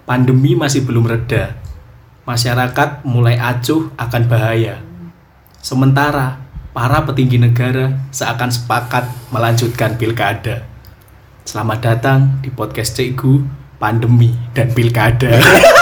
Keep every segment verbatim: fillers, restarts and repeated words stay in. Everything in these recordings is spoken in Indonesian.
Pandemi masih belum reda. Masyarakat mulai acuh akan bahaya. Sementara para petinggi negara seakan sepakat melanjutkan pilkada. Selamat datang di podcast Cikgu, Pandemi dan Pilkada.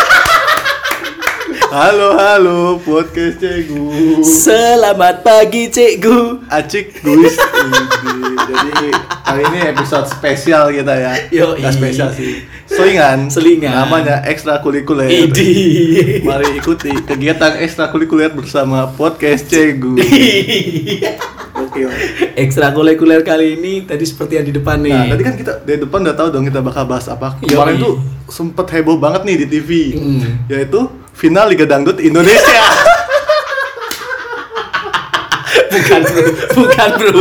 Halo halo podcast Cikgu. Selamat pagi Cikgu. Acik guys. Jadi kali ini episode spesial kita ya. Yoi. Nggak spesial sih. Selingan. Selingan. Namanya ekstrakurikuler. Idi. Mari ikuti kegiatan ekstrakurikuler bersama podcast Cikgu. Oke. Ekstrakurikuler kali ini tadi seperti yang di depan nih. Nah, tadi kan kita dari depan udah tahu dong kita bakal bahas apa. Kemarin Yoi. tuh sempet heboh banget nih di T V. Hmm. Yaitu final Liga Dangdut Indonesia. Bukan bro, bukan bro.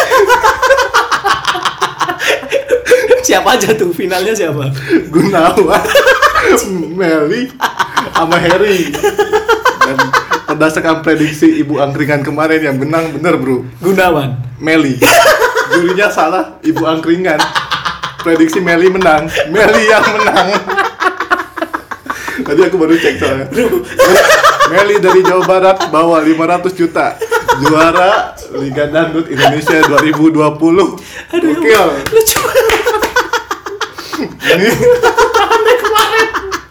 Siapa aja tuh finalnya siapa? Gunawan, Meli, sama Harry. Dan berdasarkan prediksi Ibu Angkringan kemarin yang menang bener bro, Gunawan, Meli. Jurinya salah, Ibu Angkringan. Prediksi Meli menang, Meli yang menang. Tadi aku baru cek soalnya. Meli dari Jawa Barat bawa lima ratus juta. Juara Liga Dangdut Indonesia dua ribu dua puluh. Aduh, Gokil. lucu. Ini kemarin.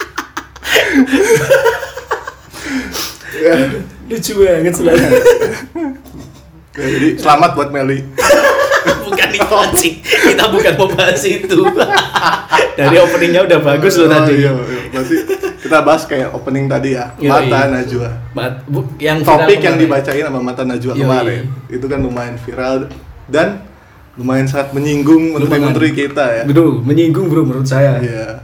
ya. Lucu banget selalu. Ya, jadi selamat buat Meli. Bukan itu sih. Kita bukan membahas itu. Dari openingnya udah bagus loh Oh, tadi. Iya, iya. Berarti kita bahas kayak opening tadi ya. Yoi. Mata Najwa. Mat, bu, yang Topik viral yang kemarin. dibacain sama Mata Najwa Yoi. kemarin. Itu kan lumayan viral dan lumayan sangat menyinggung menteri-menteri kita ya. Bro, menyinggung bro menurut saya. Iya.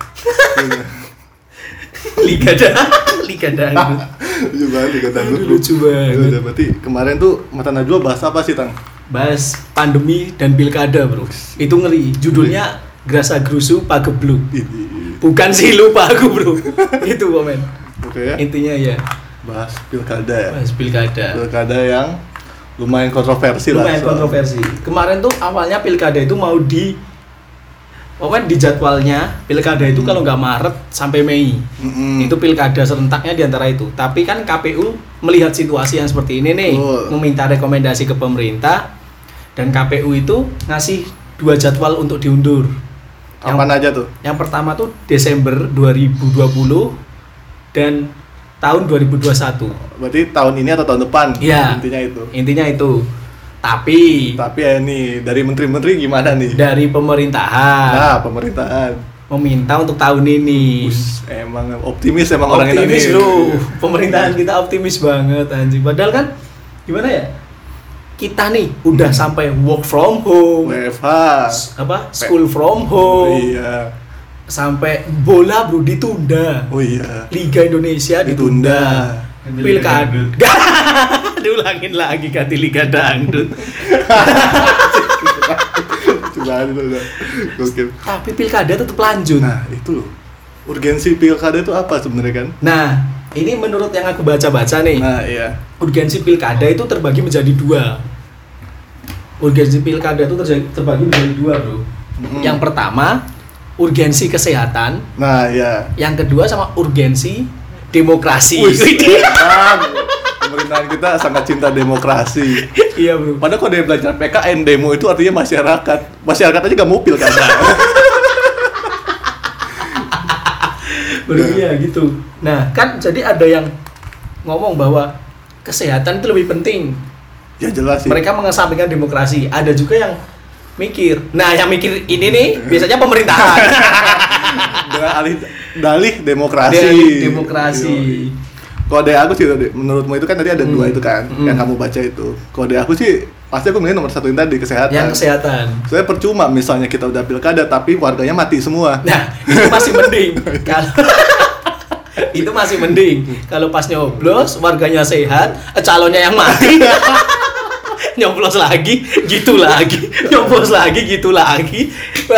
Liga Dangdut. Liga Dangdut. Lucu banget Liga Dangdut. Aduh, lucu banget. Udah, berarti kemarin tuh Mata Najwa bahas apa sih, Tang? Bahas pandemi dan pilkada bro. Itu ngeri. Judulnya Grasa Grusu Pagebluk. Ini. Bukan sih lu pagu bro. Itu komen. Oke ya. Intinya ya. Bahas pilkada ya. Bahas pilkada. Pilkada yang lumayan kontroversi lah. Lumayan soal- kontroversi. Kemarin tuh awalnya pilkada itu mau di Pokoknya di jadwalnya pilkada itu kalau nggak Maret sampai Mei. Mm-mm. Itu pilkada serentaknya di antara itu. Tapi kan K P U melihat situasi yang seperti ini nih, Betul. meminta rekomendasi ke pemerintah dan K P U itu ngasih dua jadwal untuk diundur. Kapan aja tuh? Yang pertama tuh Desember dua ribu dua puluh dan tahun dua ribu dua puluh satu. Berarti tahun ini atau tahun depan? Iya. Intinya itu. Intinya itu. Tapi Tapi ya nih, dari menteri-menteri gimana nih? dari pemerintahan Nah, pemerintahan. meminta untuk tahun ini. Us, emang optimis emang orang Optimis Indonesia. bro, pemerintahan kita optimis banget anjing. Padahal kan gimana ya? Kita nih udah sampai work from home, W F H. apa school from home, Iya. sampai bola bro ditunda, Oh iya. Liga Indonesia ditunda, Ditunda. pilkada diulangin lagi ganti Liga Dangdut. Coba itu udah. Gokil. Tapi pilkada tetap lanjut. Nah, itu loh. Urgensi pilkada itu apa sebenarnya kan? Nah, ini menurut yang aku baca-baca nih. Nah, iya. Urgensi pilkada itu terbagi menjadi dua. Urgensi pilkada itu terja- terbagi menjadi dua, bro. Mm-mm. Yang pertama, urgensi kesehatan. Nah, iya. Yang kedua sama urgensi demokrasi. Wih, Widih. emang pemerintahan kita sangat cinta demokrasi. Iya, bro. Padahal kalau dia belajar P K N, demo itu artinya masyarakat. Masyarakat aja gak mau pilkada. Bro, iya gitu. Nah, kan jadi ada yang ngomong bahwa kesehatan itu lebih penting. Ya jelas sih. Mereka mengesampingkan demokrasi. Ada juga yang mikir. Nah, yang mikir ini nih biasanya pemerintahan. Dengan alih dalih demokrasi. Dalih demokrasi. Kode aku sih, menurutmu itu kan tadi ada Hmm. dua itu kan, Hmm. yang kamu baca itu. Kode aku sih, pasti aku milih nomor satu yang tadi, kesehatan. Yang kesehatan. Soalnya percuma misalnya kita udah pilkada, tapi warganya mati semua. Nah, itu masih mending. Kalau itu masih mending. Kalau pas nyoblos, warganya sehat, eh, calonnya yang mati. Nyoblos lagi, gitu lagi. Nyoblos lagi, gitu lagi.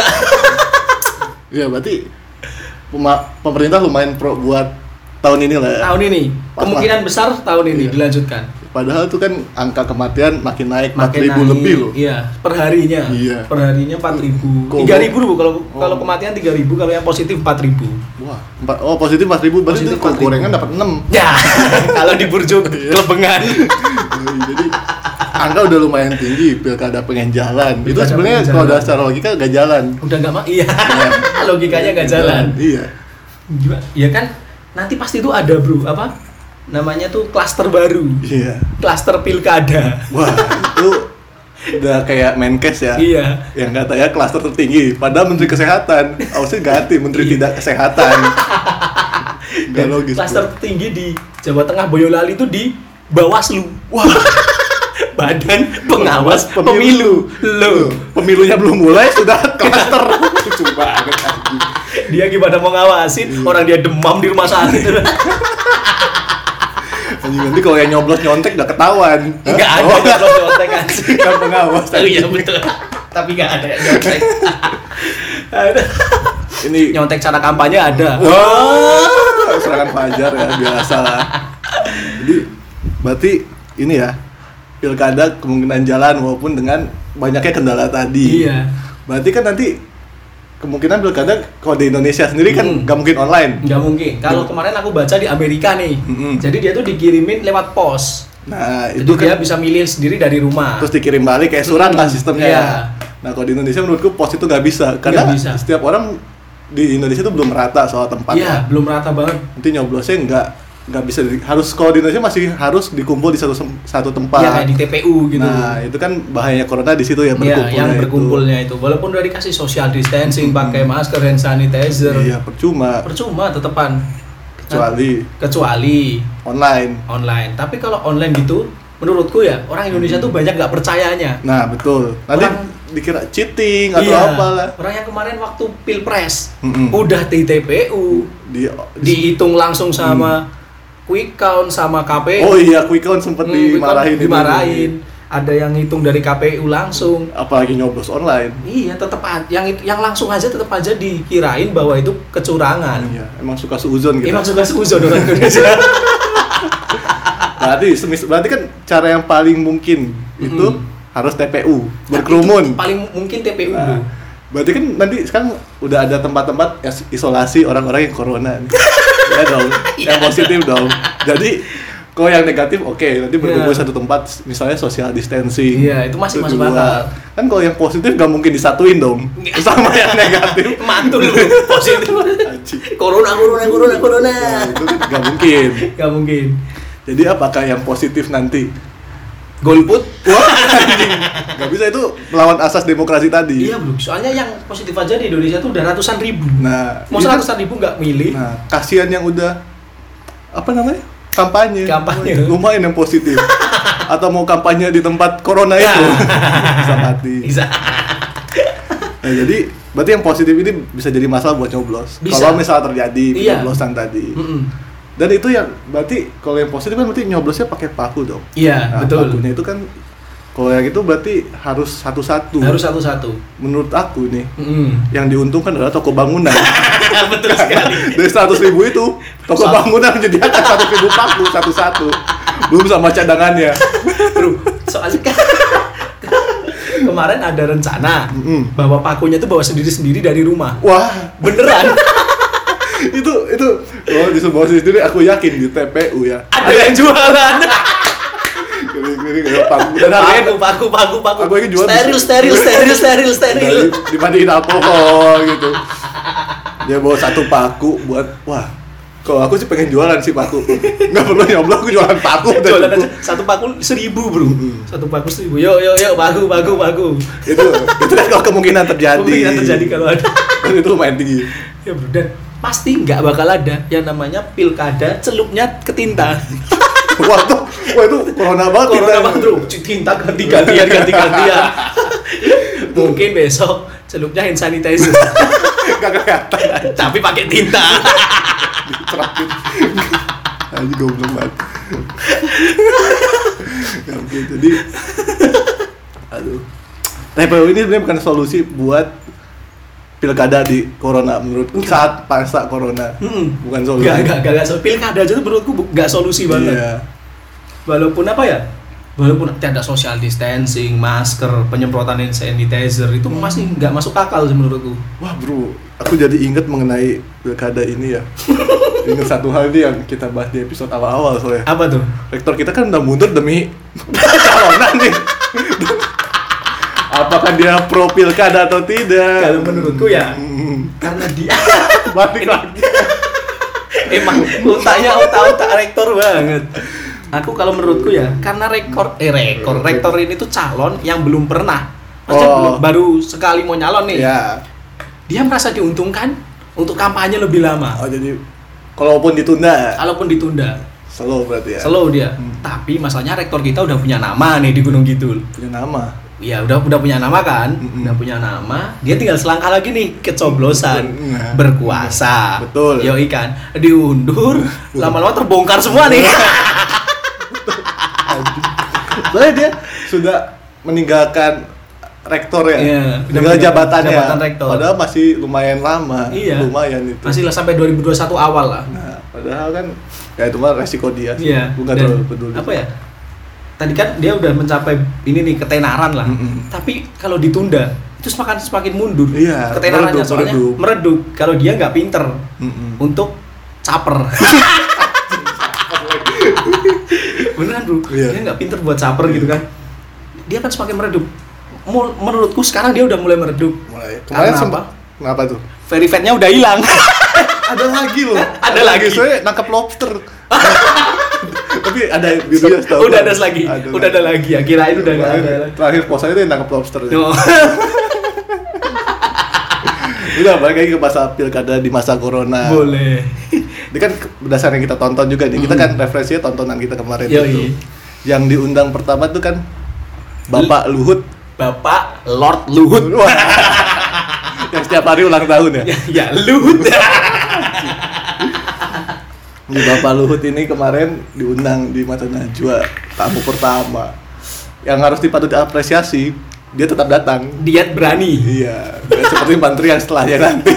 Iya, berarti pema- pemerintah lumayan pro buat tahun ini lah ya. Tahun ini, Pas kemungkinan besar tahun ini Iya. dilanjutkan. Padahal tuh kan angka kematian makin naik, empat Makin ribu naik. lebih loh. Iya, per harinya. Iya. Per harinya empat ribu. Kok- tiga ribu dulu kalau Oh. kalau kematian tiga ribu, kalau yang positif empat ribu. Wah, empat, oh positif empat ribu, berarti Positif itu empat ribu. gorengan dapat enam. Ya, kalau di burjo kelebengan. Jadi angka udah lumayan tinggi, pilkada pengen jalan. Itu Pilkada sebenarnya pengen kalau jalan. udah secara logika gak jalan. Udah nggak mah? Iya. Logikanya nggak jalan. Iya. Gimana? Ya kan nanti pasti itu ada, Bro. Apa? Namanya tuh klaster baru. Iya. Klaster pilkada. Wah, itu udah kayak Menkes ya. Iya. Yang katanya klaster tertinggi, padahal Menteri Kesehatan harusnya ganti Menteri Iya. Tidak Kesehatan. Gak Dan logis. klaster bro. tinggi di Jawa Tengah Boyolali itu di Bawaslu. Wah, Badan Pengawas Pemilu. Loh, pemilunya belum mulai sudah klaster. Lucu banget anjing. dia gimana mau ngawasin orang dia demam di rumah sakit. Anjing, nanti kalau yang nyoblos nyontek udah ketahuan. Enggak ada Oh, nyoblos nyontek kan. kan pengawas. Oh iya betul. Tapi enggak ada yang nyontek. Ada. Ini Nyontek cara kampanye ada. wah, serangan fajar ya biasa lah. Jadi berarti ini ya pilkada kemungkinan jalan walaupun dengan banyaknya kendala tadi. Iya. Berarti kan nanti kemungkinan pilkada kalau di Indonesia sendiri kan Hmm. nggak mungkin online. Nggak mungkin. Kalau kemarin aku baca di Amerika nih. Mm-mm. Jadi dia tuh dikirimin lewat pos. Nah Jadi itu dia kan bisa milih sendiri dari rumah. terus dikirim balik kayak surat lah Mm-mm. sistemnya. Iya. Nah kalau di Indonesia menurutku pos itu nggak bisa karena Nggak bisa. setiap orang di Indonesia itu belum merata soal Iya, tempatnya. belum rata banget. Nanti nyoblosnya nggak nggak bisa di- harus kalau di Indonesia masih harus dikumpul di satu sem- satu tempat. Iya kayak di T P U gitu. Nah itu kan bahayanya corona di situ ya Iya, berkumpulnya yang itu. berkumpulnya itu. Walaupun udah dikasih social distancing, pakai masker, hand sanitizer, Iya percuma percuma tetepan. kecuali Kecuali online. online. Tapi kalau online gitu, menurutku ya orang Indonesia tuh banyak nggak percayanya. Nah betul. Nanti Orang- dikira cheating atau Iya. apalah. Orang yang kemarin waktu pilpres Mm-mm. udah di T P U, Di, dihitung langsung sama quick count sama K P U. oh iya quick count sempet Hmm, quick count dimarahin. itu. dimarahin. Ada yang hitung dari K P U langsung. Apalagi nyoblos online. Iya, tetap a- yang itu- yang langsung aja tetap aja dikirain bahwa itu kecurangan. Iya, emang suka seuzon gitu. Emang suka seuzon orang Indonesia. Berarti semis, berarti kan cara yang paling mungkin itu Mm-mm. harus T P U Nah, berkerumun. itu paling mungkin T P U. Nah, Bro. berarti kan nanti sekarang udah ada tempat-tempat is- isolasi orang-orang yang corona nih. Ya dong, yang Iya. positif dong. Jadi kalau yang negatif oke, nanti berkumpul Iya. satu tempat misalnya social distancing. Iya, itu masih masuk Berdua. akal. Kan kalau yang positif nggak mungkin disatuin dong sama yang negatif. Mantul lu, positif. Anjing. Corona, corona, corona, corona. Nah, itu kan nggak mungkin. Gak mungkin. Jadi apakah yang positif nanti? Golput? Wah, anjing. Nggak bisa, itu melawan asas demokrasi tadi. Iya bro, soalnya yang positif aja di Indonesia tuh udah ratusan ribu. Nah, Mau ini kan- ratusan ribu nggak milih? Nah, kasihan yang udah apa namanya? Kampanye. Kampanye. Lumayan yang positif. Atau mau kampanye di tempat corona Ya. itu. Bisa mati. Bisa. Nah, jadi berarti yang positif ini bisa jadi masalah buat nyoblos. Bisa. Kalau misalnya terjadi Iya. penyoblosan tadi. Mm-mm. Dan itu yang berarti kalau yang positif kan berarti nyoblosnya pakai paku dong. Iya, Nah, betul. pakunya itu kan kalau yang itu berarti harus satu-satu. Harus satu-satu. Menurut aku nih, Mm. yang diuntungkan adalah toko bangunan. Betul sekali. Dari seratus ribu itu, toko Satu. bangunan menyediakan satu ribu paku satu-satu. Belum sama cadangannya. Bro, soalnya kan kemarin ada rencana Mm-mm. bahwa pakunya tuh bawa sendiri-sendiri dari rumah. Wah, Beneran? itu itu kalau di sebuah sendiri aku yakin di T P U ya. Ada yang jualan. Keliling-keliling kayak paku dan harganya Paku, paku, paku, paku. Aku lagi jual Steril, di- steril, steril, steril, steril. Dari- dibandingin alkohol gitu. Dia bawa satu paku buat wah. Kalau aku sih pengen jualan sih paku. Nggak perlu nyoblos, aku jualan paku udah Jualan cukup. aja satu paku seribu bro. Mm-mm. Satu paku seribu. Yo yo yo, paku, paku, paku. Itu itu kan kalau kemungkinan terjadi. Kemungkinan terjadi kalau ada. Dan itu lumayan tinggi. Ya bro, dan pasti nggak bakal ada yang namanya pilkada celupnya ke tinta. Wah itu, wah itu corona banget. Corona kita. banget bro, tinta ganti-gantian, ganti-gantian. Mungkin besok celupnya hand sanitizer, Gak kelihatan. tapi pakai tinta. Terakhir. Aja goblok banget. Ya, oke, jadi aduh. T P U ini sebenarnya bukan solusi buat pilkada di corona menurutku saat pasca corona. Mm-mm. Bukan solusi. Gak, gak, gak, gak. So, pilkada aja tuh menurutku bu- gak solusi banget. Iya. walaupun apa ya? Walaupun tidak ada social distancing, masker, penyemprotan hand sanitizer itu masih nggak masuk akal sih menurutku. Wah bro, aku jadi inget mengenai pilkada ini ya. Ingat satu hal ini yang kita bahas di episode awal-awal soalnya. Apa tuh? Rektor kita kan udah mundur demi calonan nih. Apakah dia pro pilkada atau tidak? Kalau menurutku ya, hmm. karena dia balik lagi. emang otaknya otak-otak rektor banget. Aku kalau menurutku ya, karena rekor eh rekor rektor ini tuh calon yang belum pernah, maksudnya Oh. belum, baru sekali mau nyalon nih. Ya. Dia merasa diuntungkan untuk kampanye lebih lama. Oh jadi, kalaupun ditunda, Kalaupun ditunda, slow berarti ya. slow dia. Hmm. Tapi masalahnya rektor kita udah punya nama nih di Gunung Kidul. Punya nama. Ya udah udah punya nama kan, Mm-mm. udah punya nama. Dia tinggal selangkah lagi nih kecoblosan, Nah. berkuasa. Betul. Yoi kan, diundur, lama-lama terbongkar semua nih. Soalnya dia sudah meninggalkan rektor ya, Iya, meninggalkan udah jabatannya. jabatan rektor. Padahal masih lumayan lama. Iya. Lumayan itu. Masih lah sampai dua ribu dua puluh satu awal lah. Nah, padahal kan ya itu mah resiko dia sih. Iya. Bukan dan terlalu peduli. Apa ya? Tadi kan dia udah mencapai ini nih ketenaran lah. Mm-mm. Tapi kalau ditunda itu semakin semakin mundur. Iya, Ketenarannya meredup, soalnya meredup. meredup. Kalau dia nggak pinter Mm-mm. untuk caper. Beneran bro, Iya. dia nggak pinter buat caper gitu kan. Dia kan semakin meredup. Mul- menurutku sekarang dia udah mulai meredup. Mulai. Karena Kemarin apa? sempat kenapa tuh? Verified-nya udah hilang. Ada lagi loh. Ada lagi. Soalnya nangkap lobster. Tapi ada video tahu. Udah ada lagi, udah ada lagi ya. Kirain udah nggak ada. Terakhir, terakhir posanya itu yang nangkap lobster. Oh. Udah balik lagi ke masa pilkada di masa corona. Boleh. Ini kan berdasarkan yang kita tonton juga nih. Kita kan referensinya tontonan kita kemarin Yoi. itu. Yang diundang pertama tuh kan Bapak Luhut. Bapak Lord Luhut. Wah. Yang setiap hari ulang tahun ya. ya, ya Luhut. Ini Bapak Luhut ini kemarin diundang di Mata Najwa, tamu pertama. Yang harus dipatut diapresiasi, dia tetap datang. Diet berani. Iya, nggak seperti menteri yang setelahnya nanti.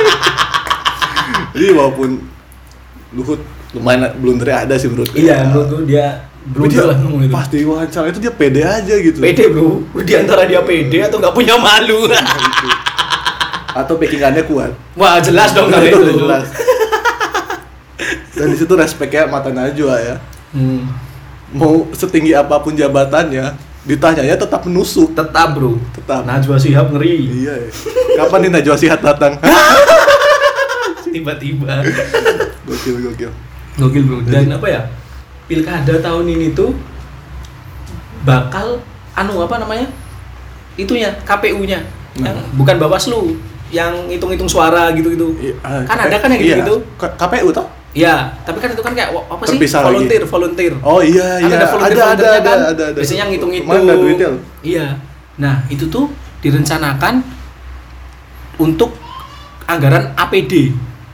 Jadi walaupun Luhut lumayan blundernya ada sih menurutku. Iya, menurutku dia Tapi blunder dia lah ngomong itu. pas di wawancara itu dia pede aja gitu. Pede bro, di antara dia pede atau nggak punya malu. Gitu. Atau packingannya kuat. Wah jelas dong kalau Itu itu. jelas. Dan di situ respeknya Mata Najwa ya. Hmm. Mau setinggi apapun jabatannya, ditanyanya tetap menusuk. Tetap bro. Tetap. Najwa Shihab ngeri. Iya ya. Kapan nih Najwa Shihab datang? Tiba-tiba. Gokil gokil. Gokil bro. Dan apa ya? Pilkada tahun ini tuh bakal anu apa namanya? Itunya K P U-nya. Nah. Yang bukan Bawaslu, yang hitung-hitung suara gitu-gitu. Iya, ah, Kan K P- ada kan yang gitu-gitu? Iya. K- K P U toh? Iya, tapi kan itu kan kayak wa- apa sih? Terpisah volunteer, volunteer. Oh iya Kan iya. ada volunteer, ada, ada, volunteernya ada, kan? ada, ada. Biasanya ngitung-ngitung. Kemarin ada duitnya loh. Iya. Nah, itu tuh direncanakan untuk anggaran A P D.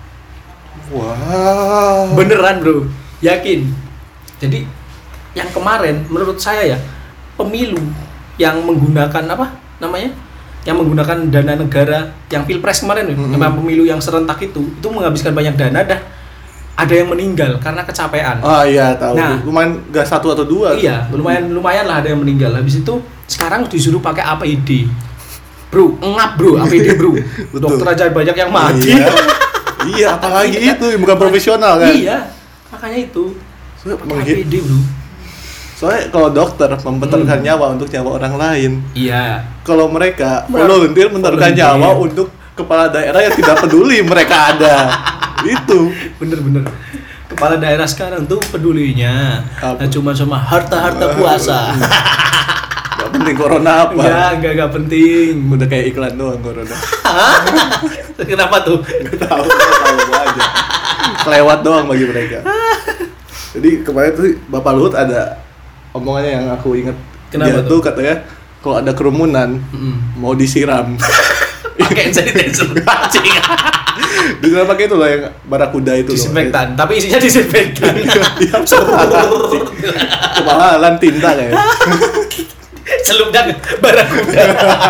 Wow. Beneran, Bro. Yakin. Jadi yang kemarin menurut saya ya, pemilu yang menggunakan apa namanya? Yang menggunakan dana negara yang Pilpres kemarin nih, Mm-hmm. yang pemilu yang serentak itu, itu menghabiskan banyak dana dah. Ada yang meninggal karena kecapean. Oh iya tahu. Nah. Lumayan gak satu atau dua. Iya, lumayan lumayan lah ada yang meninggal. Habis itu sekarang disuruh pakai A P D. Bro, ngap bro, A P D bro. Betul. Dokter aja banyak yang mati. Iya. Iya, apalagi Iya. itu bukan profesional kan. Iya, makanya itu. Soalnya, Pakai A menghi- P D bro. soalnya kalau dokter membenturkan Hmm. nyawa untuk nyawa orang lain. Iya. Kalau mereka Benar. volunteer menentukan Volunteer. nyawa untuk kepala daerah yang tidak peduli mereka ada. Itu. Bener-bener. Kepala daerah sekarang tuh pedulinya Apa? nah, cuma sama harta-harta kuasa. Gak penting corona apa. Enggak, enggak, enggak penting. Udah kayak iklan doang corona. Kenapa tuh? Gak tahu, gak tahu gua aja. Kelewat doang bagi mereka. Jadi kemarin tuh Bapak Luhut ada omongannya yang aku inget. Kenapa Dia tuh? tuh katanya kalau ada kerumunan Mm-mm. mau disiram. Pakai sanitizer anjing. Disiram pakai itu loh yang barakuda itu loh. Disinfektan, tapi isinya disinfektan. Iya, kemahalan tinta kayak. Selubdan barakuda.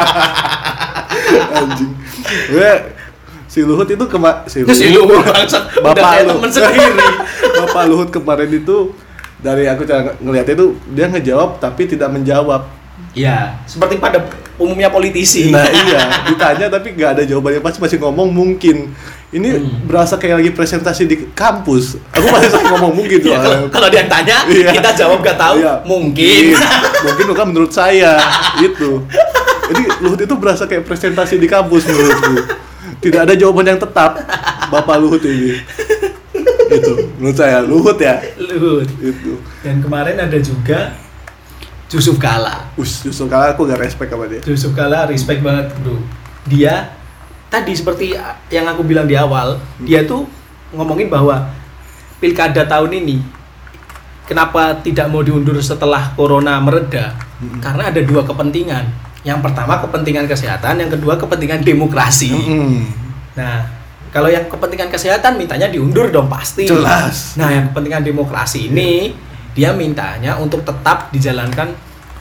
Anjing. Gue si Luhut itu kema si Terus lu bangsat udah Bapak kayak lu. temen sendiri. Bapak Luhut kemarin itu dari aku cara ngelihatnya itu dia ngejawab tapi tidak menjawab. Ya, seperti pada umumnya politisi. Nah iya, ditanya tapi nggak ada jawabannya, pasti masih ngomong mungkin. Ini hmm. berasa kayak lagi presentasi di kampus. Aku masih sering ngomong mungkin tuh. Ya, kalau, kalau dia tanya, iya. kita jawab nggak tahu. Iya. Mungkin. Mungkin bukan menurut saya itu. Jadi Luhut itu berasa kayak presentasi di kampus menurutku. Tidak ada jawaban yang tetap. Bapak Luhut ini. Itu menurut saya Luhut ya. Luhut. Itu. Dan kemarin ada juga Jusuf Kalla. Us, Jusuf Kalla aku gak respect sama dia. Jusuf Kalla respect banget bro. Dia tadi seperti yang aku bilang di awal, hmm. dia tuh ngomongin bahwa pilkada tahun ini kenapa tidak mau diundur setelah corona mereda? Hmm. Karena ada dua kepentingan. Yang pertama kepentingan kesehatan, yang kedua kepentingan demokrasi. Hmm. Nah, kalau yang kepentingan kesehatan mintanya diundur dong pasti. Jelas. Nah, yang kepentingan demokrasi ini dia mintanya untuk tetap dijalankan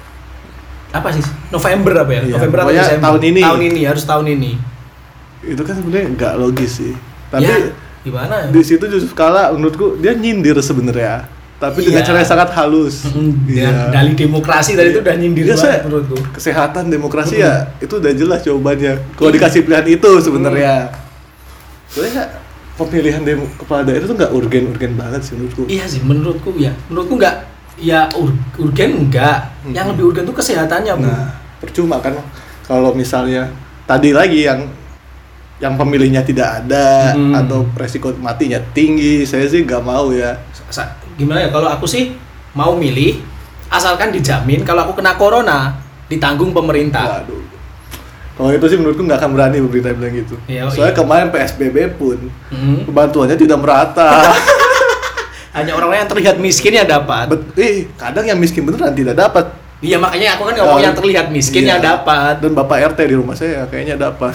apa sih November apa ya? Iya, November atau Desember? Tahun ini. Tahun ini harus tahun ini. Itu kan sebenarnya nggak logis sih. Tapi ya, gimana? Di situ Jusuf Kalla menurutku dia nyindir sebenarnya. Tapi dengan iya. cara yang sangat halus. Mm-hmm. Iya. Dari demokrasi tadi itu udah nyindir ya, banget menurutku. Kesehatan demokrasi mm-hmm. ya itu udah jelas jawabannya. Kalau dikasih pilihan itu sebenarnya. Mm-hmm. Soalnya pemilihan demo kepala daerah itu nggak urgen-urgen banget sih menurutku. Iya sih menurutku ya. Menurutku nggak ya ur- urgen enggak. Hmm. Yang lebih urgen tuh kesehatannya, Bu. Nah, percuma kan kalau misalnya tadi lagi yang yang pemilihnya tidak ada hmm. atau resiko matinya tinggi, saya sih nggak mau ya. Sa- gimana ya kalau aku sih mau milih asalkan dijamin kalau aku kena corona ditanggung pemerintah. Waduh. Kalau itu sih menurutku nggak akan berani pemerintah bilang gitu. Ya, soalnya iya. kemarin P S B B pun hmm. bantuannya tidak merata. Hanya orang-orang yang terlihat miskin yang dapat. Bet- eh, kadang yang miskin beneran tidak dapat. Iya makanya aku kan ngomong uh, yang terlihat miskin iya. yang dapat. Dan Bapak R T di rumah saya kayaknya dapat.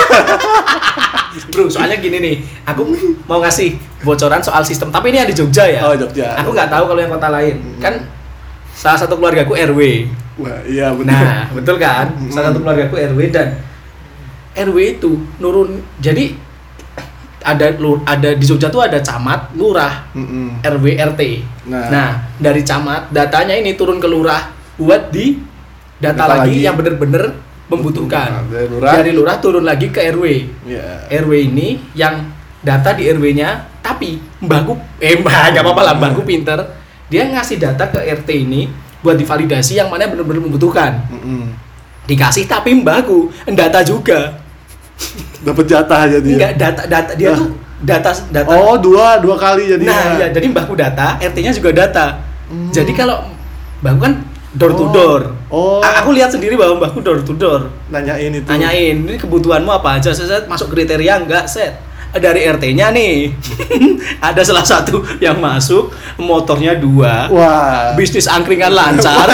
Bro, soalnya gini nih, aku mau ngasih bocoran soal sistem. Tapi ini yang di Jogja ya. Oh Jogja. Aku nggak tahu kalau yang kota lain. Hmm. Kan salah satu keluargaku R W. Wah, iya betul. Nah, betul kan? Salah satu keluargaku R W dan R W itu nurun. Jadi ada ada di Jogja tuh ada camat, lurah, mm-mm. R W, R T. Nah. nah, dari camat datanya ini turun ke lurah buat di data, data lagi, lagi yang benar-benar membutuhkan. Nah, dari, lurah. dari lurah turun lagi ke R W. Yeah. R W ini yang data di R W-nya, tapi mbahku eh mbah enggak apa-apa lah, mbahku pinter. Dia ngasih data ke R T ini buat divalidasi yang mana benar-benar membutuhkan. Mm-hmm. Dikasih tapi mbahku data juga. Dapat jatah aja dia. Enggak, data data dia nah. tuh data data. Oh, dua dua kali jadi. Nah, ya jadi mbahku data, R T-nya juga data. Mm. Jadi kalau mbahku kan door to door. Oh. A- aku lihat sendiri bahwa mbahku door to door. Nanyain itu. Nanyain, ini kebutuhanmu apa aja? Set masuk kriteria enggak, set. Dari R T-nya nih ada salah satu yang masuk motornya dua. Wah. Bisnis angkringan lancar.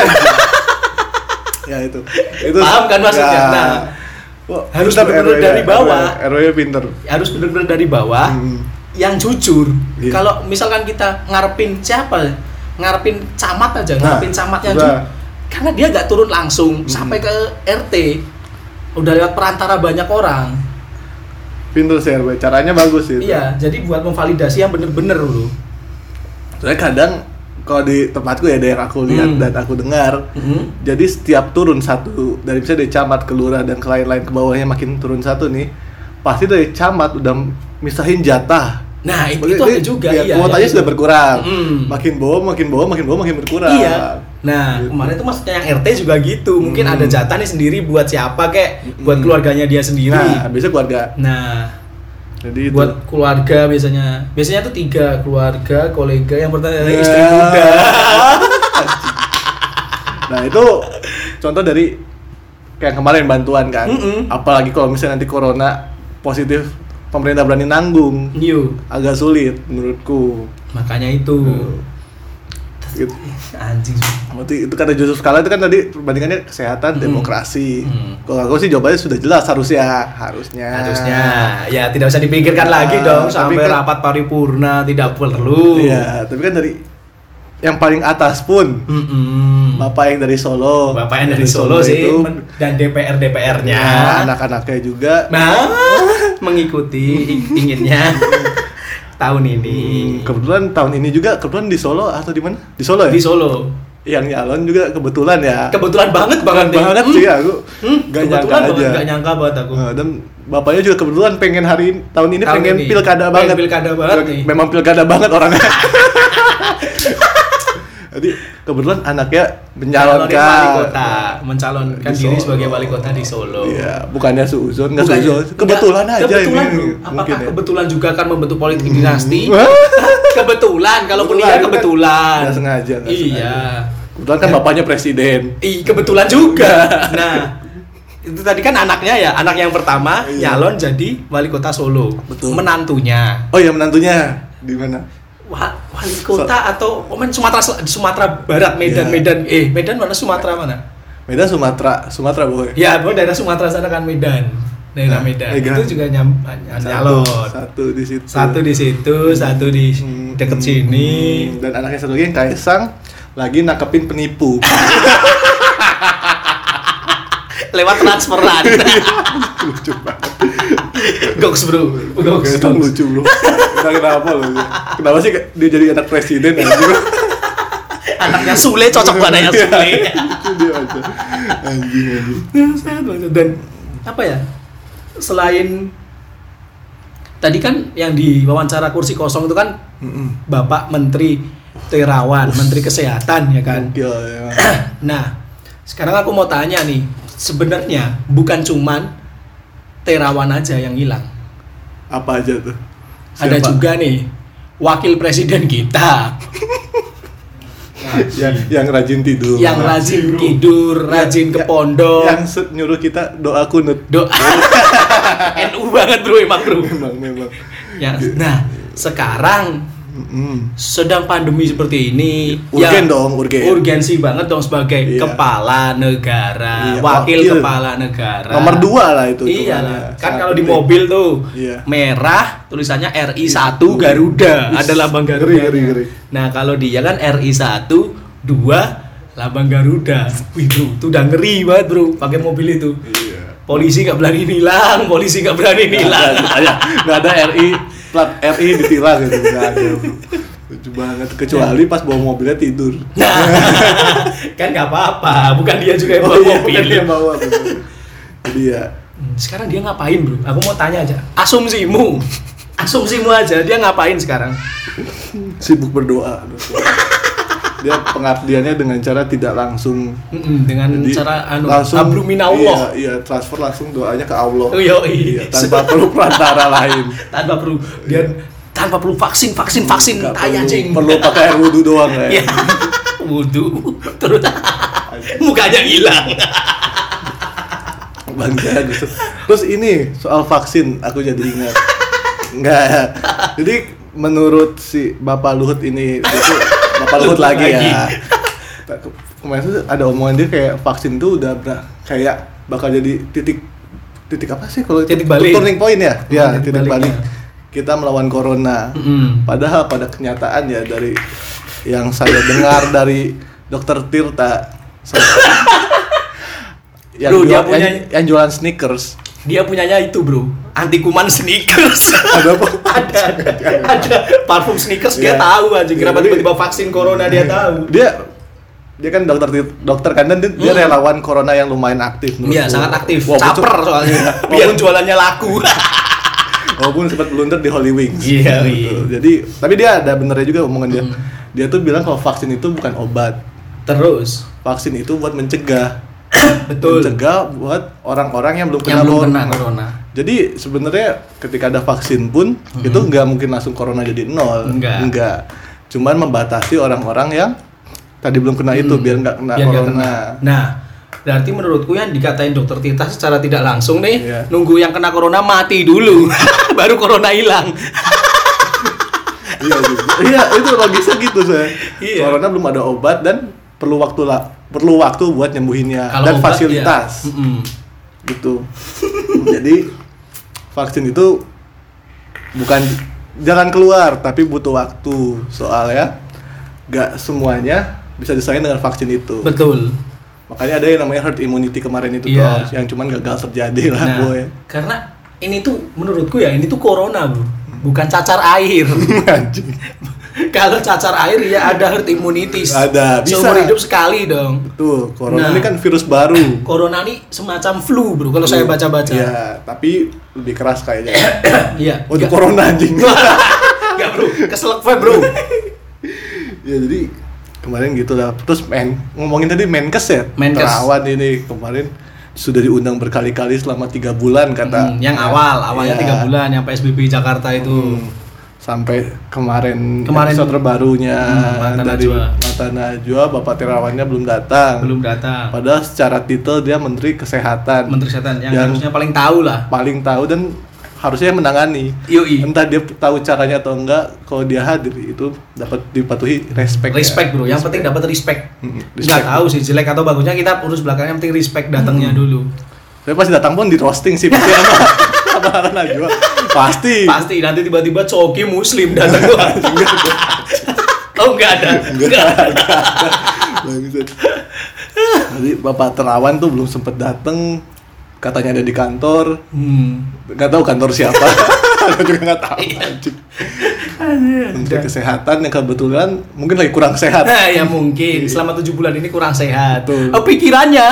Ya itu. Itu paham kan maksudnya? Ya. Nah, wah, harus benar-benar dari bawah. R W-nya pinter. Harus benar-benar dari bawah. Hmm. Yang jujur. Yeah. Kalau misalkan kita ngarepin siapa? Ngarepin camat aja, nah, ngarepin camatnya juga. Karena dia nggak turun langsung hmm. sampai ke R T. Udah lewat perantara banyak orang. Pintu sih R W, caranya bagus sih. Iya, jadi buat memvalidasi yang bener-bener dulu. Soalnya kadang kalau di tempatku ya ada yang aku lihat hmm. dan aku dengar, hmm. jadi setiap turun satu dari misalnya dari camat ke lurah dan ke lain-lain ke bawahnya makin turun satu nih, pasti dari camat udah misahin jatah. Nah itu, itu ada juga. Ya, iya. Kuotanya iya, sudah berkurang, hmm. makin bawah, makin bawah, makin bawah, makin berkurang. Iya. Nah gitu. Kemarin itu maksudnya yang R T juga gitu, mungkin hmm. ada jatah nih sendiri buat siapa kek, hmm. buat keluarganya dia sendiri. Nah biasanya keluarga. Nah. Jadi itu. Buat keluarga biasanya, biasanya tuh tiga keluarga, kolega yang pertama adalah yeah. istri muda. Nah itu contoh dari kayak kemarin bantuan kan, Mm-mm. apalagi kalau misalnya nanti corona positif, pemerintah berani nanggung, New. agak sulit menurutku. Makanya itu. Hmm. Gitu. Anjing. Berarti itu kata Jusuf Kalla itu kan tadi perbandingannya kesehatan, hmm. demokrasi. Hmm. Kalau aku sih jawabannya sudah jelas harusnya, harusnya. Harusnya. Ya tidak usah dipikirkan nah, lagi dong sampai kan, rapat paripurna tidak perlu. Iya, tapi kan dari yang paling atas pun, mm-mm. bapak yang dari Solo, bapak yang dari, dari Solo, Solo sih, itu, dan D P R D P R-nya, nah, anak-anaknya juga, nah mengikuti inginnya. tahun ini. Hmm, kebetulan tahun ini juga kebetulan di Solo atau di mana? Di Solo ya? Di Solo. Yang nyalon juga kebetulan ya. Kebetulan banget banget nih. Banget Hmm. sih aku. Hmm, Gak nyangka kebetulan aja. banget, gak nyangka banget aku. Nah, dan bapaknya juga kebetulan pengen hari ini, tahun ini Tahun pengen ini. pilkada Pengen banget. pilkada banget nih. Memang pilkada banget orangnya. Jadi kebetulan anaknya Mencalonkan wali menyalonkan kota, mencalonkan Di diri Solo. sebagai wali kota di Solo. Iya, bukannya suuzon, nggak Bukannya- suuzon. Kebetulan enggak, aja kebetulan, ini. bro. Mungkin Apakah ya. kebetulan juga akan membentuk politik dinasti? Wah, Kebetulan, kalaupun Kebetulan, iya kan kebetulan. nggak sengaja, nggak Iya. kebetulan kan bapaknya presiden. Ih, kebetulan juga. Nah, itu tadi kan anaknya ya, anak yang pertama Iya. nyalon jadi wali kota Solo. Betul. Menantunya Oh ya, menantunya di mana? Wa- wali kota atau oh, men Sumatera Sel- di Sumatera Barat, Medan, Iya. Medan. Eh, Medan mana Sumatera mana? Medan, Sumatera, Sumatera boy. Ya, pokoknya daerah Sumatera sana kan Medan. Daerah Nah, Medan. Medan. Itu juga nyam, ny- nyalon. Satu di situ. Satu di situ, satu di Hmm, deket hmm, sini. hmm. Dan anaknya satu lagi yang Kaisang lagi nangkepin penipu. Lewat transferan. Lucu banget. Goks, Bro. Goks. Kaisang lucu bro. Entah kenapa loh. Kenapa sih dia jadi anak presiden anjing? Anaknya Sule cocok banget ya Sule. Lucu dia aja. Anjing anjing. Dan apa ya? Selain tadi kan yang di wawancara kursi kosong itu kan Mm-mm. Bapak Menteri Terawan, Menteri Kesehatan ya kan. Gokil, emang. Nah, sekarang aku mau tanya nih, sebenarnya bukan cuman Terawan aja yang hilang. Apa aja tuh? Ada Siapa? juga nih wakil presiden kita yang, yang rajin tidur. yang rajin tidur, rajin ke Ya- pondok. Yang se- nyuruh kita doa kunut. Doa N U banget bro, emang bro. Memang memang. Ya, nah sekarang Mm-mm. sedang pandemi seperti ini, Urgen dong, urgen. urgensi banget dong sebagai Iya. kepala negara, Iya, wakil wakil. kepala negara. Nomor dua lah itu. Iya hitungannya. lah, kan Sangat kalau di penting. mobil tuh Iya. merah tulisannya R I satu Garuda, Wis, ada lambang Garuda. ngeri, ngeri, ngeri. Nah kalau dia kan R I satu dua lambang Garuda. Wih bro, itu udah ngeri banget bro, pakai mobil itu. Iya. Polisi nggak berani nilang, polisi nggak berani Nggak nilang. ada, nggak ada, nggak ada R I plat R I ditilang gitu, nggak ada. Lucu banget, kecuali pas bawa mobilnya tidur. Nah, kan nggak apa-apa, bukan dia juga yang Oh bawa iya, mobil. bukan dia bawa. bener. Jadi ya, Hmm, Sekarang dia ngapain bro? Aku mau tanya aja. Asumsimu, asumsimu aja. Dia ngapain sekarang? sibuk berdoa. Dia pengabdiannya dengan cara tidak langsung. Mm-mm, dengan Jadi, cara anu, langsung hablum minallah. Iya, iya, transfer langsung doanya ke Allah. Oh, iya, Iya, iya. tanpa perlu perantara lain. Tanpa perlu dia tanpa perlu vaksin, vaksin, vaksin. Nggak Tai perlu, anjing. perlu pakai air wudhu doang ya. Iya. Wudu. Terus mukanya hilang. Bangga gitu. Terus ini soal vaksin aku jadi ingat. Enggak. Jadi menurut si Bapak Luhut ini itu Bapak Luhut lagi ya. Kemarin tuh ada omongan dia kayak vaksin tuh udah ber- kayak bakal jadi titik titik apa sih kalau itu? Titik balik. Turning point ya? Ya, Titik titik balik. baliknya. Kita melawan corona. Mm-mm. Padahal pada kenyataan ya dari yang saya dengar dari Dokter Tirta yang, Bro, dia jual- punya- yang, yang jualan sneakers. Dia punyanya itu bro, anti kuman sneakers. Ada apa? ada, ada, ada parfum sneakers dia Iya. tahu aja. Kenapa Jadi- tiba-tiba vaksin corona dia tahu? Dia dia kan dokter Tir- dokter kan dan dia, dia Hmm. relawan corona yang lumayan aktif menurutku. Iya sangat aktif, Walaupun caper se- soalnya. Iya. Biar Walaupun- jualannya laku. Walaupun sempat blunder di Holy Wings. Iya, Gitu. iya. Jadi tapi dia ada benernya juga omongan dia. Hmm. Dia tuh bilang kalau vaksin itu bukan obat. Terus, Vaksin itu buat mencegah. betul. Mencegah buat orang-orang yang belum kena Yang belum corona. kena corona. Jadi sebenarnya ketika ada vaksin pun itu nggak mungkin langsung corona jadi nol. Enggak. Enggak. Cuman membatasi orang-orang yang tadi belum kena itu Hmm. biar nggak kena Biar nggak corona. kena. Nah, berarti menurutku yang dikatain dokter Tirta secara tidak langsung nih, Iya. nunggu yang kena corona mati dulu, baru corona hilang. Iya, gitu. Iya, itu logisnya gitu saya. Iya. Corona belum ada obat dan perlu waktu lah, perlu waktu buat nyembuhinnya Kalau dan obat, fasilitas. ya. Mm-mm. Gitu. Jadi vaksin itu bukan jalan keluar tapi butuh waktu soalnya nggak semuanya bisa diselain dengan vaksin itu. Betul. Makanya ada yang namanya herd immunity kemarin itu Iya. tuh yang cuman gagal terjadi lah Nah, boy. karena ini tuh menurutku ya ini tuh corona bro. bukan cacar air. Anjing. Kalau cacar air ya ada herd immunity. Ada, bisa. Seumur hidup sekali dong. Betul, corona Nah. ini kan virus baru. Corona ini semacam flu, Bro, kalau saya baca-baca. Iya, tapi lebih keras kayaknya. Iya. Untuk Nggak- corona anjing. Enggak, Bro. Keselak vape, Bro. Ya jadi kemarin gitu lah. Terus men ngomongin tadi Menkes ya. Menkes. Terawan ini kemarin sudah diundang berkali-kali selama tiga bulan kata. Hmm, yang awal, awalnya Iya. tiga bulan yang P S B B Jakarta itu. Hmm. Sampai kemarin, Kemarin- episode terbarunya Hmm, Mata dari Najwa. Mata Najwa, Bapak Terawannya belum datang. Belum datang. Padahal secara titel dia Menteri Kesehatan. Menteri Kesehatan yang, Yang- harusnya paling tahu lah. Paling tahu dan harusnya menangani. Yoi. Entah dia tahu caranya atau enggak, kalau dia hadir itu dapat dipatuhi respect. Respect, ya. Bro. Yang penting dapat respect. Mm-mm, Nggak respect. tahu sih jelek atau bagusnya, kita urus belakangnya, yang penting respect datangnya dulu. Tapi pas datang pun di roasting sih pasti sama sama Mata Najwa. Pasti. Pasti nanti tiba-tiba Coki Muslim datang tuh. Oh, enggak ada. Enggak ada. Bangsat. Jadi Bapak Terawan tuh belum sempet datang, katanya ada di kantor. Hmm. Nggak tahu kantor siapa. Aku juga nggak tahu. Iya. Anjing. Menteri Kesehatan yang kebetulan mungkin lagi kurang sehat. Nah, ya mungkin selama tujuh bulan ini kurang sehat. Betul. Oh, pikirannya.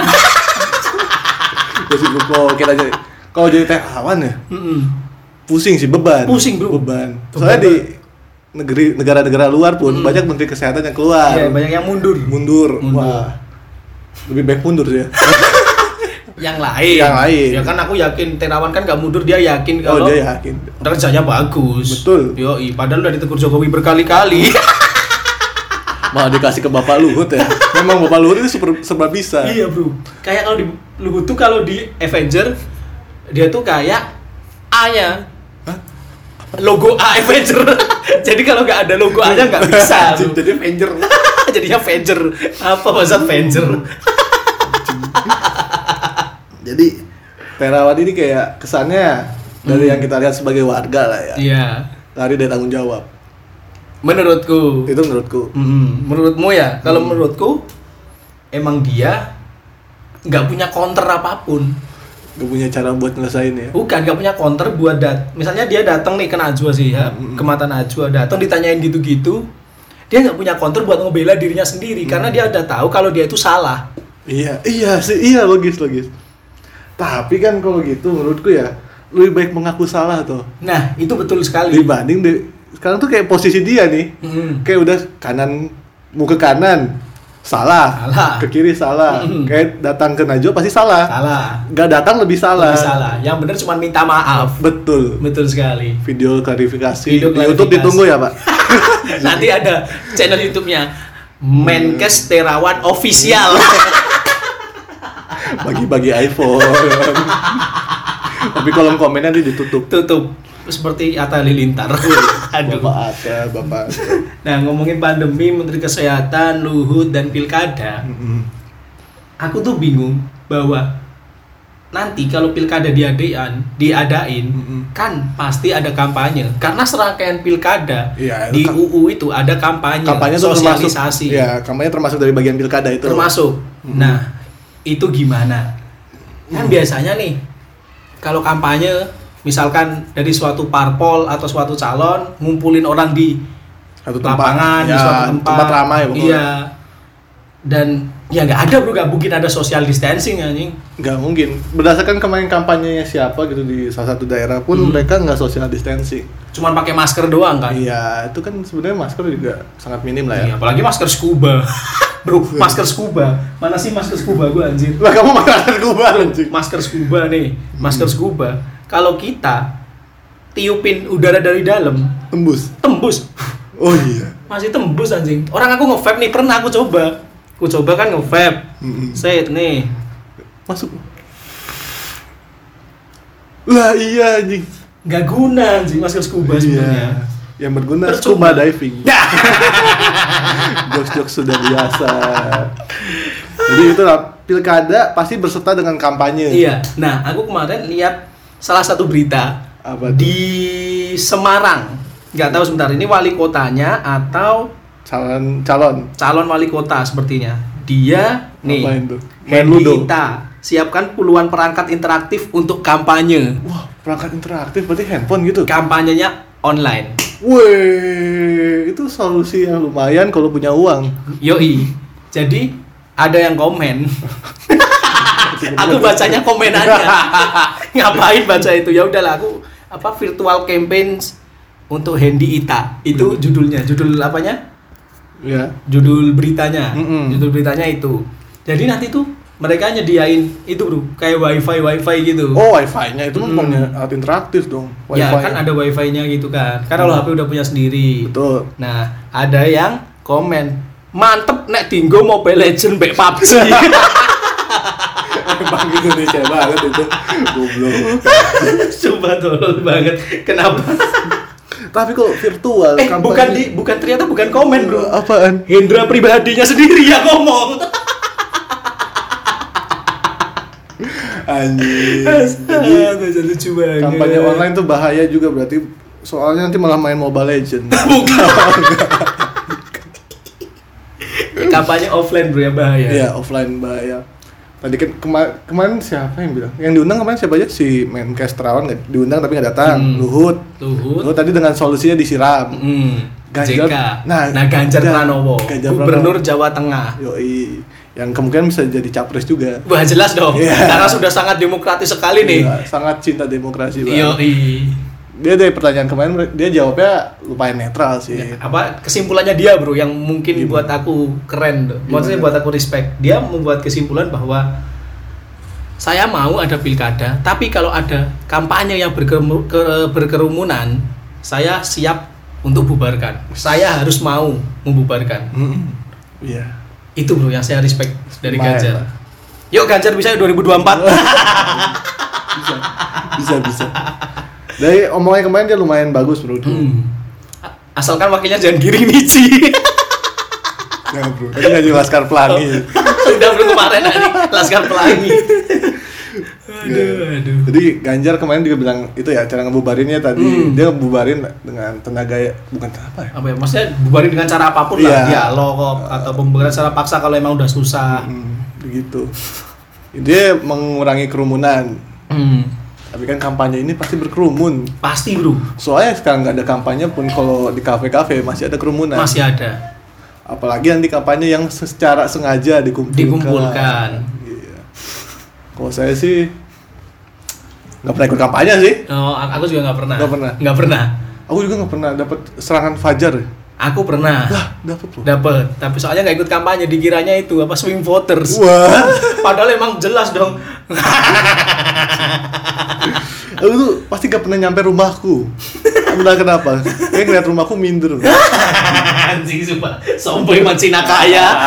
Terus kok kita jadi kalau jadi Terawan ya Mm-mm. pusing sih, beban. Pusing, Bro. Beban. Beban, Soalnya Bro. di negeri negara-negara luar pun banyak menteri kesehatan yang keluar. Iya, banyak yang mundur. Mundur. Mundur. Wah. Lebih baik mundur sih ya. Yang lain. Yang lain. Ya kan aku yakin Terawan kan nggak mundur, dia yakin Oh, kalau dia yakin. kerjanya bagus. Betul. Yoi, padahal udah ditegur Jokowi berkali-kali. Malah dikasih ke Bapak Luhut ya. Memang Bapak Luhut itu super serba bisa. Iya, Bro. Kayak kalau di Luhut tuh kalau di Avenger dia tuh kayak A-nya. Logo A Avenger. Jadi kalau nggak ada logo A-nya nggak bisa. Bro. Jadi Avenger. Jadinya Avenger. Apa maksud Avenger? Jadi Terawan ini kayak kesannya dari Hmm. yang kita lihat sebagai warga lah ya. Iya. Lari dari tanggung jawab. Menurutku. Itu menurutku. Hmm, menurutmu ya? Kalau menurutku emang dia nggak punya counter apapun. Gak punya cara buat nyelesain ya. Bukan, nggak punya counter buat dat. Misalnya dia datang nih ke Najwa sih ya, ke Mata Najwa, datang ditanyain gitu-gitu, dia nggak punya counter buat ngebela dirinya sendiri karena dia udah tahu kalau dia itu salah. Iya, iya sih, iya logis logis. Tapi kan kalau gitu menurutku ya lebih baik mengaku salah tuh Nah, itu betul sekali. dibanding di, sekarang tuh kayak posisi dia nih, Hmm. kayak udah kanan mau ke kanan salah, Salah. ke kiri salah, Mm-mm. kayak datang ke Najwa pasti salah, Salah. nggak datang lebih salah. Lebih salah. Yang benar cuma minta maaf. Betul. Betul sekali. Video klarifikasi Video di YouTube klarifikasi. ditunggu ya Pak. Nanti ada channel YouTube-nya Menkes Terawan Official. Bagi-bagi iPhone. Tapi kolom komennya nanti ditutup. Tutup seperti Atta Halilintar. Aduh. Bapak Atta, Bapak Atta. Nah, ngomongin pandemi, Menteri Kesehatan, Luhut, dan Pilkada, Mm-mm. aku tuh bingung bahwa nanti kalau Pilkada diadain, diadain Mm-mm. kan pasti ada kampanye. Karena serangkaian Pilkada Iya, di kam- U U itu ada kampanye, Kampanye tuh termasuk, sosialisasi, ya kampanye termasuk dari bagian pilkada itu. termasuk. Nah, itu gimana? Kan biasanya nih, kalau kampanye, misalkan dari suatu parpol atau suatu calon ngumpulin orang di Satu tempat, lapangan, di ya, suatu tempat, tempat ramai pokoknya. iya, dan ya nggak ada, Bro, nggak mungkin ada social distancing anjing. Nggak mungkin. Berdasarkan kemarin kampanyenya siapa gitu di salah satu daerah pun Hmm. mereka nggak social distancing. Cuman pakai masker doang kan. Iya, itu kan sebenarnya masker juga sangat minim lah ya. Iya, apalagi masker scuba. Bro, masker scuba. Mana sih masker scuba gua anjir? Lah kamu makan scuba anjing. Masker scuba nih, masker scuba. Kalau kita tiupin udara dari dalam, Tembus. tembus. Oh iya. Masih tembus anjing. Orang aku nge-vape nih, pernah aku coba. Aku coba kan nge-vape. Mm-mm. Set nih. Masuk. Lah iya anjing. Nggak guna anjing masker scuba sebenarnya. Yang berguna Percuma. scuba diving. Jokes-jokes sudah biasa. Jadi itu lah, pilkada pasti berserta dengan kampanye. Iya. Nah, aku kemarin lihat salah satu berita Apa tuh? di Semarang. Nggak tahu sebentar ini wali kotanya atau calon calon calon wali kota sepertinya. Dia nih, Ngapain tuh? Main ludo. Hendita, siapkan puluhan perangkat interaktif untuk kampanye. Wah, perangkat interaktif berarti handphone gitu. Kampanyenya online. Wih, itu solusi yang lumayan kalau punya uang. Yoi. Jadi ada yang komen. Aku bacanya komenannya. Ngapain baca itu? Ya udahlah aku apa virtual campaigns untuk Hendy Ita. Itu judulnya, judul apanya? Ya. Judul beritanya. Mm-mm. Judul beritanya itu. Jadi nanti tuh mereka nyediain itu bro, kayak wifi wifi gitu. Oh, wifi-nya itu kan Hmm. punya alat interaktif dong. Wifi. Ya kan ada wifi-nya gitu kan. Kan kalau Hmm. H P udah punya sendiri. Betul. Nah, ada yang komen, mantep nek tinggo Mobile Legend mbek P U B G. Emang Indonesia banget itu. Goblok. Sumpah tolol banget. Kenapa? Tapi kok virtual Eh, kampanye- bukan di bukan ternyata bukan komen, Bro. Apaan? Hendra pribadinya sendiri yang ngomong. Anjir. Jadi Astaga, lucu banget. kampanye online tuh bahaya juga berarti, soalnya nanti malah main Mobile Legend. Kampanye offline bro yang bahaya. Iya, offline bahaya. Tadi kan kema- kemarin siapa yang bilang? Yang diundang kemarin siapa aja? Si Menkes Terawan nggak diundang tapi nggak datang. Hmm. Luhut. Luhut. Luhut tadi dengan solusinya disiram. Hmm. Ganjar- J K. nah, Nah, Ganjar Ganjar- Pranowo, Ganjar Gubernur Pranowo. Jawa Tengah. Yoi. Yang kemungkinan bisa jadi capres juga. Wah jelas dong, Iya. karena sudah sangat demokratis sekali nih. Iya, sangat cinta demokrasi banget. Yoi. Dia dari pertanyaan kemarin dia jawabnya lumayan netral sih. Apa kesimpulannya dia bro yang mungkin Gimana? buat aku keren tuh. Maksudnya Gimana? buat aku respect. Dia membuat kesimpulan bahwa saya mau ada pilkada, tapi kalau ada kampanye yang berkemu- ke- berkerumunan, saya siap untuk bubarkan. Saya harus mau membubarkan. Mm-mm. Iya. Itu bro yang saya respect dari Lumayan Ganjar. lah. Yuk Ganjar bisa dua ribu dua puluh empat. Bisa, bisa, bisa. Dari omongannya kemarin dia lumayan bagus bro. Hmm. Asalkan wakilnya jangan giring Michi. Nah bro, tadi nggak jadi Laskar Pelangi. Udah bro kemarin hari Laskar Pelangi. Aduh, aduh. Jadi Ganjar kemarin juga bilang itu ya cara ngebubarinnya tadi. Hmm. Dia ngebubarin dengan tenaga bukan apa ya? Apa ya? Maksudnya bubarin dengan cara apapun Iya. lah, dialog atau pembubaran secara paksa kalau emang udah susah. Hmm, begitu. Dia mengurangi kerumunan. Hmm. Tapi kan kampanye ini pasti berkerumun. Pasti bro, Soalnya sekarang nggak ada kampanye pun kalau di kafe-kafe masih ada kerumunan. masih ada. Apalagi nanti kampanye yang secara sengaja dikumpulkan. Dikumpulkan. Iya. Kalau saya sih nggak pernah ikut kampanye sih. Oh, aku juga nggak pernah. Nggak pernah? Nggak pernah. Aku juga nggak pernah dapat serangan fajar. Aku pernah. Lah, dapat loh. Dapat, tapi soalnya nggak ikut kampanye, dikiranya itu apa swing voters. Wah. Padahal emang jelas dong. Aku tuh pasti gak pernah nyampe rumahku. Entah kenapa. Kayak ngeliat rumahku minder. Anjing sumpah, sombong emang Cina kaya.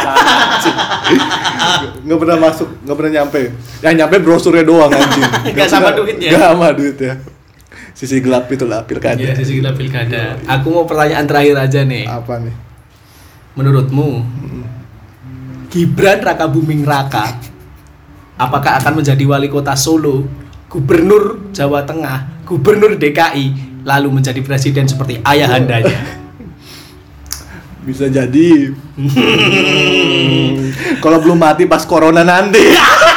Gak pernah masuk, gak pernah nyampe. Yang nyampe brosurnya doang anjing. Nggak sama duitnya. Gak sama duitnya. Sisi gelap itulah pilkada. Iya, sisi kita pilkada. Aku mau pertanyaan terakhir aja nih. Apa nih? Menurutmu, Gibran Raka Buming Raka, apakah akan menjadi wali kota Solo, gubernur Jawa Tengah, gubernur D K I, lalu menjadi presiden seperti ayahandanya? Bisa jadi. Hmm. Kalau belum mati pas corona nanti.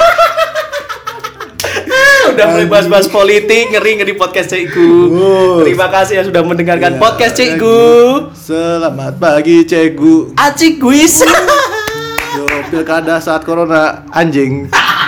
Udah mulai bahas-bahas politik, ngeri-ngeri podcast Cikgu. Bus. Terima kasih yang sudah mendengarkan Ya, podcast Cikgu. Selamat pagi Cikgu. Acik guis. Yo pilkada saat corona anjing.